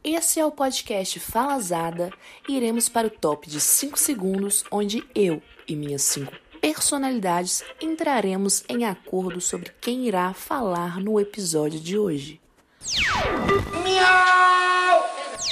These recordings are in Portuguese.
Esse é o podcast Falazada e iremos para o top de 5 segundos, onde eu e minhas 5 personalidades entraremos em acordo sobre quem irá falar no episódio de hoje. Miau!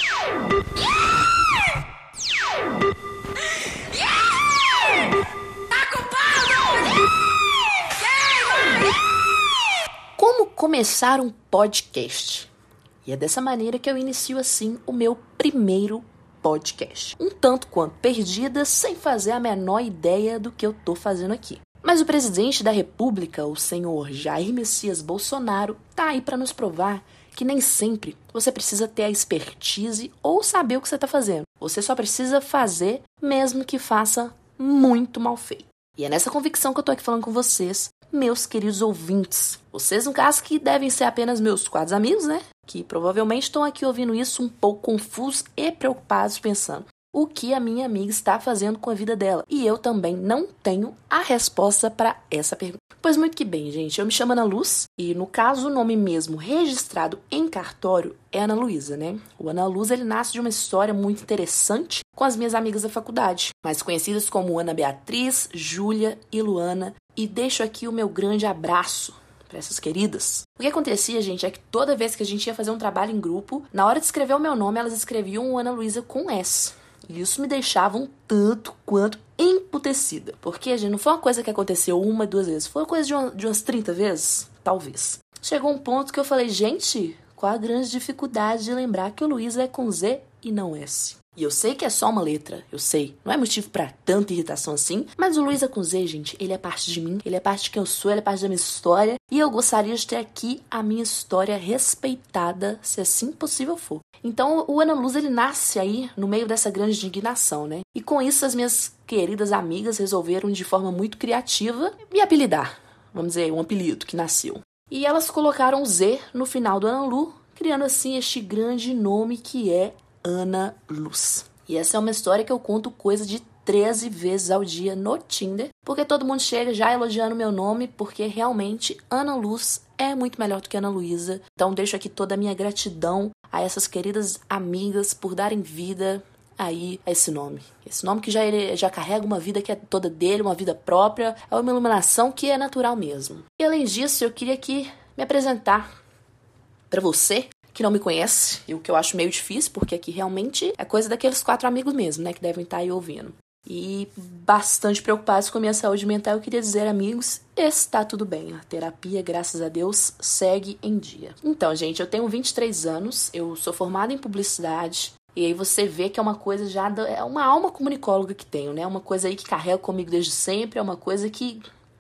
Como começar um podcast? E é dessa maneira que eu inicio assim o meu primeiro podcast. Um tanto quanto perdida, sem fazer a menor ideia do que eu tô fazendo aqui. Mas o presidente da República, o senhor Jair Messias Bolsonaro, tá aí para nos provar que nem sempre você precisa ter a expertise ou saber o que você tá fazendo. Você só precisa fazer, mesmo que faça muito mal feito. E é nessa convicção que eu tô aqui falando com vocês, meus queridos ouvintes. Vocês, no caso, que devem ser apenas meus 4 amigos, né? Que provavelmente estão aqui ouvindo isso um pouco confusos e preocupados, pensando o que a minha amiga está fazendo com a vida dela. E eu também não tenho a resposta para essa pergunta. Pois muito que bem, gente. Eu me chamo Ana Luz e, no caso, o nome mesmo registrado em cartório é Ana Luísa, né? O Ana Luz, ele nasce de uma história muito interessante com as minhas amigas da faculdade, mais conhecidas como Ana Beatriz, Júlia e Luana. E deixo aqui o meu grande abraço para essas queridas. O que acontecia, gente, é que toda vez que a gente ia fazer um trabalho em grupo, na hora de escrever o meu nome, elas escreviam Ana Luísa com S. E isso me deixava um tanto quanto emputecida. Porque, gente, não foi uma coisa que aconteceu 1, 2 vezes. Foi uma coisa de umas 30 vezes? Talvez. Chegou um ponto que eu falei, gente, qual a grande dificuldade de lembrar que o Luísa é com Z e não S? E eu sei que é só uma letra, eu sei. Não é motivo pra tanta irritação assim. Mas o Luísa com Z, gente, ele é parte de mim. Ele é parte de quem eu sou, ele é parte da minha história. E eu gostaria de ter aqui a minha história respeitada, se assim possível for. Então, o Ana Luz, ele nasce aí no meio dessa grande indignação, né? E com isso, as minhas queridas amigas resolveram, de forma muito criativa, me apelidar. Vamos dizer, um apelido que nasceu. E elas colocaram Z no final do Ana Lu, criando assim este grande nome que é Ana Luz. E essa é uma história que eu conto coisa de 13 vezes ao dia no Tinder, porque todo mundo chega já elogiando meu nome, porque realmente Ana Luz é muito melhor do que Ana Luísa. Então deixo aqui toda a minha gratidão a essas queridas amigas por darem vida aí a esse nome. Esse nome que já carrega uma vida que é toda dele, uma vida própria, é uma iluminação que é natural mesmo. E além disso, eu queria aqui me apresentar para você que não me conhece, e o que eu acho meio difícil, porque aqui realmente é coisa daqueles 4 amigos mesmo, né, que devem estar aí ouvindo. E bastante preocupados com a minha saúde mental, eu queria dizer, amigos, está tudo bem. A terapia, graças a Deus, segue em dia. Então, gente, eu tenho 23 anos, eu sou formada em publicidade, e aí você vê que é uma coisa já, é uma alma comunicóloga que tenho, né, uma coisa aí que carrego comigo desde sempre, é uma coisa que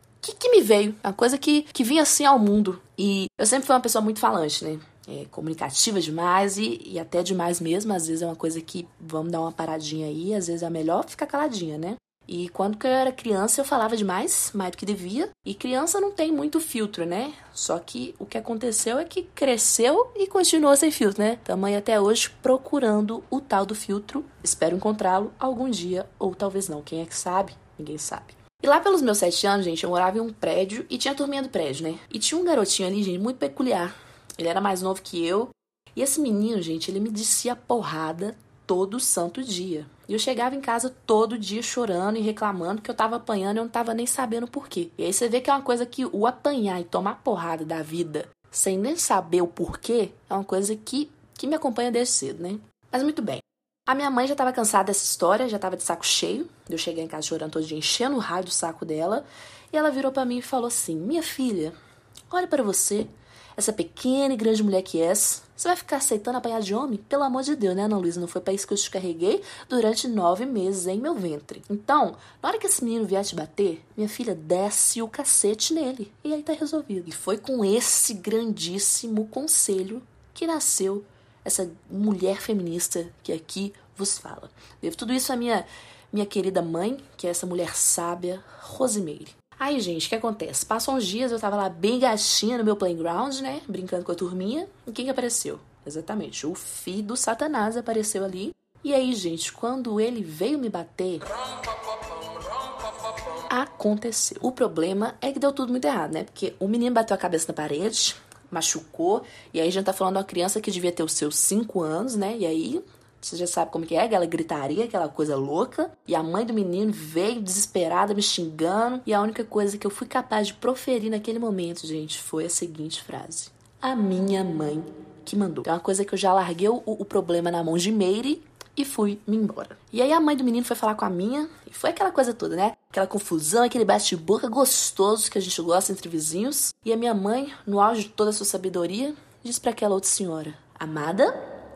me veio, é uma coisa que vinha assim ao mundo. E eu sempre fui uma pessoa muito falante, né? Comunicativa demais e até demais mesmo. Às vezes é uma coisa que vamos dar uma paradinha aí, às vezes é melhor ficar caladinha, né? E quando que eu era criança eu falava demais, mais do que devia. E criança não tem muito filtro, né? Só que o que aconteceu é que cresceu e continuou sem filtro, né? Tamanho até hoje procurando o tal do filtro. Espero encontrá-lo algum dia, ou talvez não. Quem é que sabe? Ninguém sabe. E lá pelos meus 7 anos, gente, eu morava em um prédio e tinha a turminha do prédio, né? E tinha um garotinho ali, gente, muito peculiar. Ele era mais novo que eu. E esse menino, gente, ele me descia a porrada todo santo dia. E eu chegava em casa todo dia chorando e reclamando que eu tava apanhando e eu não tava nem sabendo por quê. E aí você vê que é uma coisa que o apanhar e tomar porrada da vida sem nem saber o porquê é uma coisa que me acompanha desde cedo, né? Mas muito bem. A minha mãe já tava cansada dessa história, já tava de saco cheio. Eu cheguei em casa chorando todo dia, enchendo o raio do saco dela. E ela virou pra mim e falou assim, minha filha, olha para você. Essa pequena e grande mulher que és, você vai ficar aceitando apanhar de homem? Pelo amor de Deus, né, Ana Luísa? Não foi pra isso que eu te carreguei durante 9 meses em meu ventre. Então, na hora que esse menino vier te bater, minha filha, desce o cacete nele. E aí tá resolvido. E foi com esse grandíssimo conselho que nasceu essa mulher feminista que aqui vos fala. Devo tudo isso à minha querida mãe, que é essa mulher sábia, Rosimeire. Aí, gente, o que acontece? Passam uns dias, eu tava lá bem gatinha no meu playground, né? Brincando com a turminha. E quem que apareceu? Exatamente, o filho do Satanás apareceu ali. E aí, gente, quando ele veio me bater, aconteceu. O problema é que deu tudo muito errado, né? Porque o menino bateu a cabeça na parede, machucou. E aí a gente tá falando de uma criança que devia ter os seus 5 anos, né? E aí, você já sabe como que é, aquela gritaria, aquela coisa louca. E a mãe do menino veio desesperada, me xingando. E a única coisa que eu fui capaz de proferir naquele momento, gente, foi a seguinte frase: a minha mãe que mandou. Então é uma coisa que eu já larguei o problema na mão de Meire e fui me embora. E aí a mãe do menino foi falar com a minha, e foi aquela coisa toda, né? Aquela confusão, aquele bate-boca gostoso que a gente gosta entre vizinhos. E a minha mãe, no auge de toda a sua sabedoria, disse para aquela outra senhora: amada,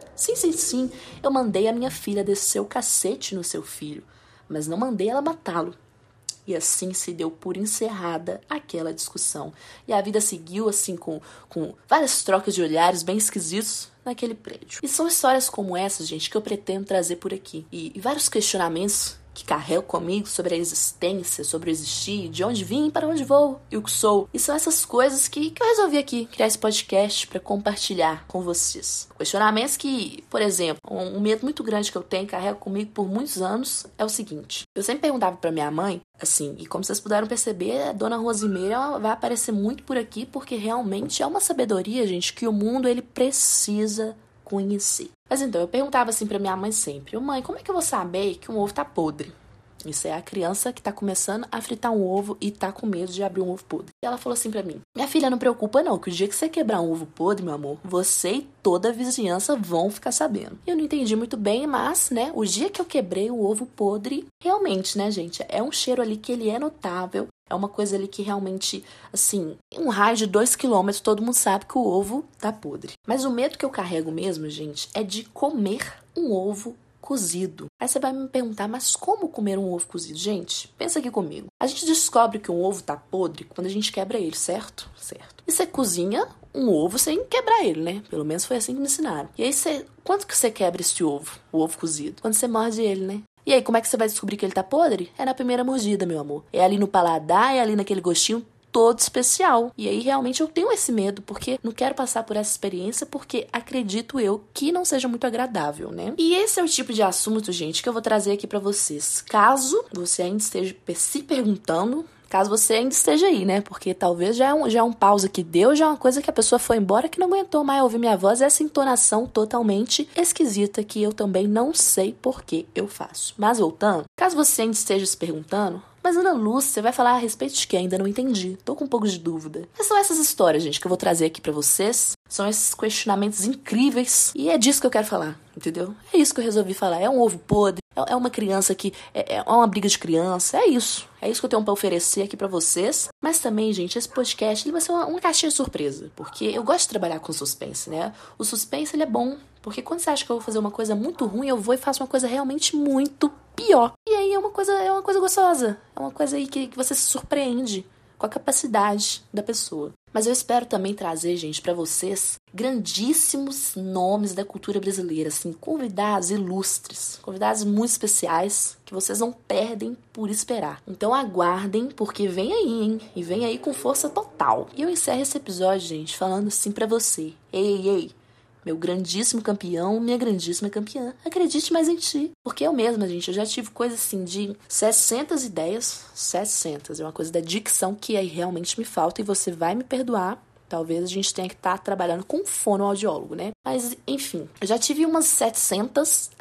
sim, eu mandei a minha filha descer o cacete no seu filho, mas não mandei ela matá-lo. E assim se deu por encerrada aquela discussão. E a vida seguiu assim com várias trocas de olhares bem esquisitos naquele prédio. E são histórias como essas, gente, que eu pretendo trazer por aqui. E vários questionamentos que carrego comigo sobre a existência, sobre o existir, de onde vim, para onde vou e o que sou. E são essas coisas que eu resolvi aqui criar esse podcast para compartilhar com vocês. Questionamentos que, por exemplo, um medo muito grande que eu tenho, carrego comigo por muitos anos, é o seguinte. Eu sempre perguntava para minha mãe, assim, e como vocês puderam perceber, a Dona Rosimeira vai aparecer muito por aqui, porque realmente é uma sabedoria, gente, que o mundo ele precisa conhecer. Mas então, eu perguntava assim pra minha mãe sempre: mãe, como é que eu vou saber que um ovo tá podre? Isso é a criança que tá começando a fritar um ovo e tá com medo de abrir um ovo podre. E ela falou assim pra mim: minha filha, não preocupa não, que o dia que você quebrar um ovo podre, meu amor, você e toda a vizinhança vão ficar sabendo. Eu não entendi muito bem, mas, né, o dia que eu quebrei o ovo podre, realmente, né, gente, é um cheiro ali que ele é notável. É uma coisa ali que realmente, assim, em um raio de 2 quilômetros, todo mundo sabe que o ovo tá podre. Mas o medo que eu carrego mesmo, gente, é de comer um ovo cozido. Aí você vai me perguntar, mas como comer um ovo cozido? Gente, pensa aqui comigo. A gente descobre que um ovo tá podre quando a gente quebra ele, certo? Certo. E você cozinha um ovo sem quebrar ele, né? Pelo menos foi assim que me ensinaram. E aí, quanto que você quebra esse ovo, o ovo cozido? Quando você morde ele, né? E aí, como é que você vai descobrir que ele tá podre? É na primeira mordida, meu amor. É ali no paladar, é ali naquele gostinho todo especial. E aí, realmente, eu tenho esse medo, porque não quero passar por essa experiência, porque acredito eu que não seja muito agradável, né? E esse é o tipo de assunto, gente, que eu vou trazer aqui pra vocês. Caso você ainda esteja se perguntando, caso você ainda esteja aí, né? Porque talvez já é um pausa que deu, já é uma coisa que a pessoa foi embora que não aguentou mais ouvir minha voz. Essa entonação totalmente esquisita que eu também não sei por que eu faço. Mas voltando, caso você ainda esteja se perguntando: mas Ana Lúcia, você vai falar a respeito de que? Ainda não entendi. Tô com um pouco de dúvida. Mas são essas histórias, gente, que eu vou trazer aqui pra vocês. São esses questionamentos incríveis. E é disso que eu quero falar, entendeu? É isso que eu resolvi falar. É um ovo podre. É uma criança que... É uma briga de criança. É isso. É isso que eu tenho pra oferecer aqui pra vocês. Mas também, gente, esse podcast ele vai ser uma caixinha surpresa. Porque eu gosto de trabalhar com suspense, né? O suspense, ele é bom. Porque quando você acha que eu vou fazer uma coisa muito ruim, eu vou e faço uma coisa realmente muito pior. E aí é uma coisa gostosa. É uma coisa aí que você se surpreende com a capacidade da pessoa. Mas eu espero também trazer, gente, pra vocês grandíssimos nomes da cultura brasileira, assim, convidados ilustres, convidados muito especiais que vocês não perdem por esperar. Então aguardem, porque vem aí, hein? E vem aí com força total. E eu encerro esse episódio, gente, falando assim pra você: ei, meu grandíssimo campeão, minha grandíssima campeã, acredite mais em ti. Porque eu mesma, gente, eu já tive coisa assim de 700 ideias, 700, é uma coisa da dicção que aí realmente me falta e você vai me perdoar. Talvez a gente tenha que estar trabalhando com fonoaudiólogo, né? Mas, enfim, eu já tive umas 700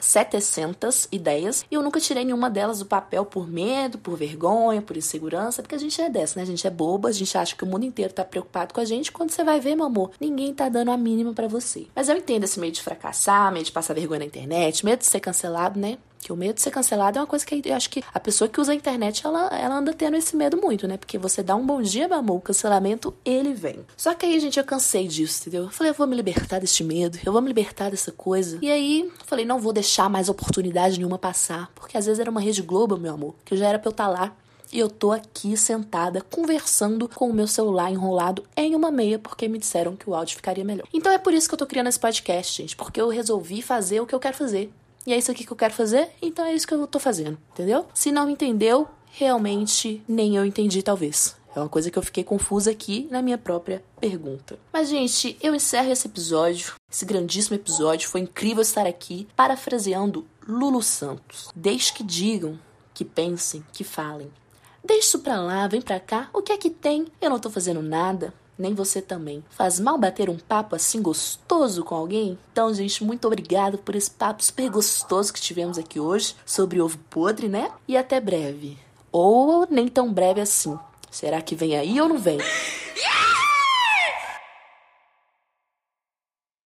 ideias e eu nunca tirei nenhuma delas do papel por medo, por vergonha, por insegurança, porque a gente é dessa, né? A gente é boba, a gente acha que o mundo inteiro tá preocupado com a gente. Quando você vai ver, meu amor, ninguém tá dando a mínima pra você. Mas eu entendo esse medo de fracassar, medo de passar vergonha na internet, medo de ser cancelado, né? Que o medo de ser cancelado é uma coisa que eu acho que a pessoa que usa a internet, ela anda tendo esse medo muito, né? Porque você dá um bom dia, meu amor, o cancelamento, ele vem. Só que aí, gente, eu cansei disso, entendeu? Eu falei, eu vou me libertar deste medo, eu vou me libertar dessa coisa. E aí, falei, não vou deixar mais oportunidade nenhuma passar. Porque às vezes era uma Rede Globo, meu amor, que já era pra eu estar lá. E eu tô aqui sentada, conversando com o meu celular enrolado em uma meia, porque me disseram que o áudio ficaria melhor. Então é por isso que eu tô criando esse podcast, gente. Porque eu resolvi fazer o que eu quero fazer. E é isso aqui que eu quero fazer, então é isso que eu tô fazendo, entendeu? Se não entendeu, realmente nem eu entendi, talvez. É uma coisa que eu fiquei confusa aqui na minha própria pergunta. Mas, gente, eu encerro esse episódio, esse grandíssimo episódio. Foi incrível estar aqui, parafraseando Lulu Santos. Deixe que digam, que pensem, que falem. Deixa isso pra lá, vem pra cá, o que é que tem? Eu não tô fazendo nada. Nem você também. Faz mal bater um papo assim gostoso com alguém? Então, gente, muito obrigado por esse papo super gostoso que tivemos aqui hoje sobre ovo podre, né? E até breve. Ou nem tão breve assim. Será que vem aí ou não vem?